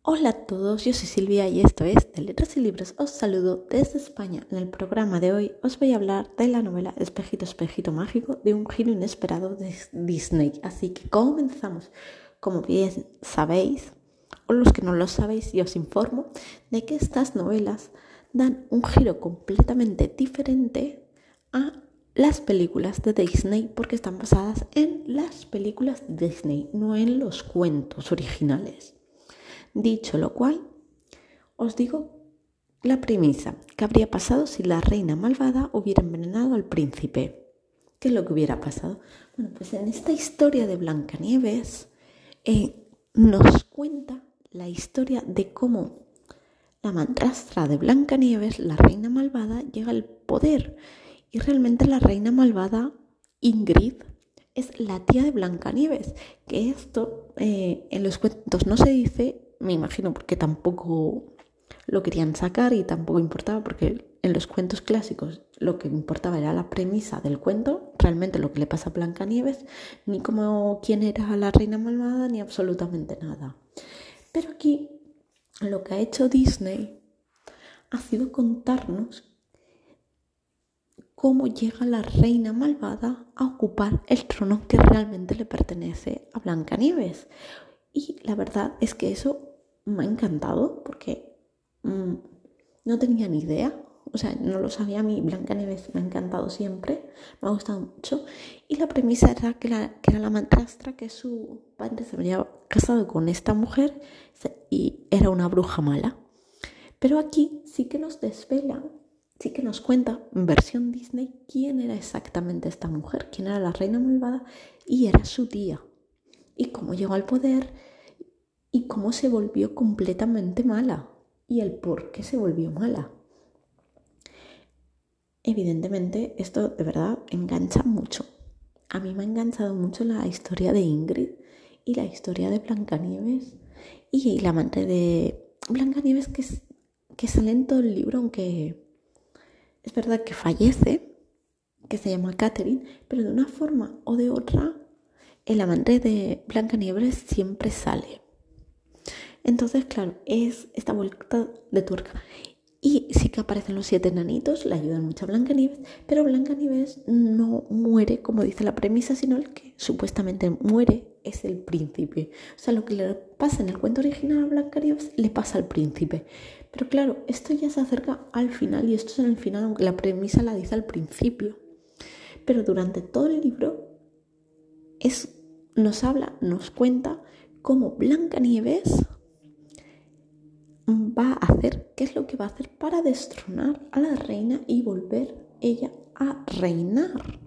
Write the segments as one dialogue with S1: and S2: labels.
S1: Hola a todos, yo soy Silvia y esto es de Letras y Libros. Os saludo desde España. En el programa de hoy os voy a hablar de la novela Espejito, Espejito Mágico, de un giro inesperado de Disney. Así que comenzamos. Como bien sabéis, o los que no lo sabéis, yo os informo de que estas novelas dan un giro completamente diferente a las películas de Disney porque están basadas en las películas de Disney, no en los cuentos originales. Dicho lo cual, os digo la premisa. ¿Qué habría pasado si la reina malvada hubiera envenenado al príncipe? ¿Qué es lo que hubiera pasado? Bueno, pues en esta historia de Blancanieves nos cuenta la historia de cómo la madrastra de Blancanieves, la reina malvada, llega al poder. Y realmente la reina malvada, Ingrid, es la tía de Blancanieves. Que esto en los cuentos no se dice, me imagino porque tampoco lo querían sacar y tampoco importaba, porque en los cuentos clásicos lo que importaba era la premisa del cuento, realmente lo que le pasa a Blancanieves, ni como quién era la reina malvada, ni absolutamente nada. Pero aquí lo que ha hecho Disney ha sido contarnos cómo llega la reina malvada a ocupar el trono que realmente le pertenece a Blancanieves. Y la verdad es que eso me ha encantado porque no tenía ni idea. O sea, no lo sabía. A mí Blancanieves me ha encantado siempre, me ha gustado mucho. Y la premisa era que era la madrastra, que su padre se había casado con esta mujer y era una bruja mala. Pero aquí sí que nos desvela, sí que nos cuenta en versión Disney quién era exactamente esta mujer, quién era la reina malvada y era su tía. Y cómo llegó al poder y cómo se volvió completamente mala y el por qué se volvió mala. Evidentemente esto de verdad engancha mucho. A mí me ha enganchado mucho la historia de Ingrid y la historia de Blancanieves y la amante de Blancanieves que sale en todo el libro, aunque es verdad que fallece, que se llama Catherine, pero de una forma o de otra el amante de Blancanieves siempre sale. Entonces, claro, es esta vuelta de tuerca. Y sí que aparecen los 7 enanitos, le ayudan mucho a Blancanieves, pero Blancanieves no muere, como dice la premisa, sino el que supuestamente muere es el príncipe. O sea, lo que le pasa en el cuento original a Blancanieves le pasa al príncipe. Pero claro, esto ya se acerca al final, y esto es en el final, aunque la premisa la dice al principio. Pero durante todo el libro nos cuenta cómo Blancanieves va a hacer, qué es lo que va a hacer para destronar a la reina y volver ella a reinar.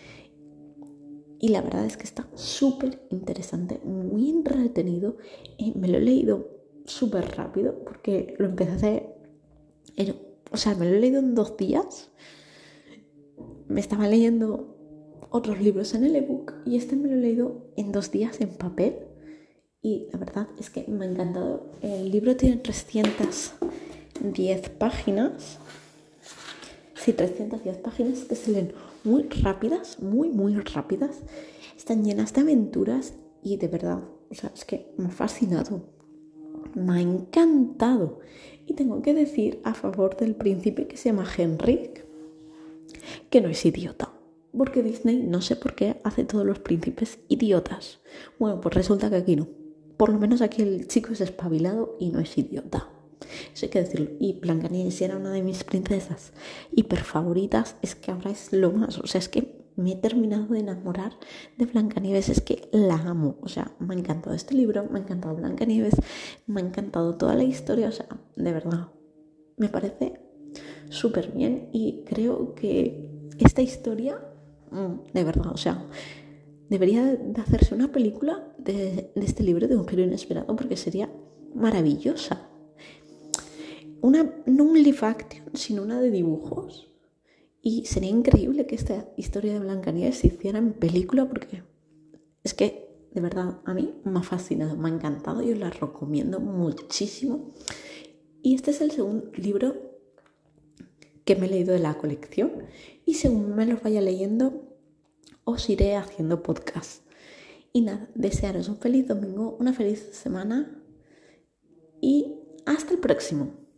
S1: Y la verdad es que está súper interesante, muy entretenido. Me lo he leído súper rápido porque lo empecé a hacer, me lo he leído en 2 días. Me estaba leyendo otros libros en el ebook y este me lo he leído en 2 días en papel. Y la verdad es que me ha encantado. El libro tiene 310 páginas. Sí, 310 páginas que se leen muy rápidas, muy rápidas. Están llenas de aventuras y de verdad, o sea, es que me ha fascinado. Me ha encantado. Y tengo que decir a favor del príncipe que se llama Henry, que no es idiota. Porque Disney, no sé por qué, hace todos los príncipes idiotas. Bueno, pues resulta que aquí no. Por lo menos aquí el chico es espabilado y no es idiota. Eso hay que decirlo. Y Blancanieves era una de mis princesas hiper favoritas. Es que ahora es lo más. O sea, es que me he terminado de enamorar de Blancanieves. Es que la amo. O sea, me ha encantado este libro, me ha encantado Blancanieves, me ha encantado toda la historia. O sea, de verdad, me parece súper bien. Y creo que esta historia, de verdad, o sea, debería de hacerse una película de este libro de un giro inesperado porque sería maravillosa. No un live action, sino una de dibujos. Y sería increíble que esta historia de Blancanieves se hiciera en película porque es que, de verdad, a mí me ha fascinado, me ha encantado y os la recomiendo muchísimo. Y este es el segundo libro que me he leído de la colección y según me los vaya leyendo os iré haciendo podcast. Y nada, desearos un feliz domingo, una feliz semana y el próximo.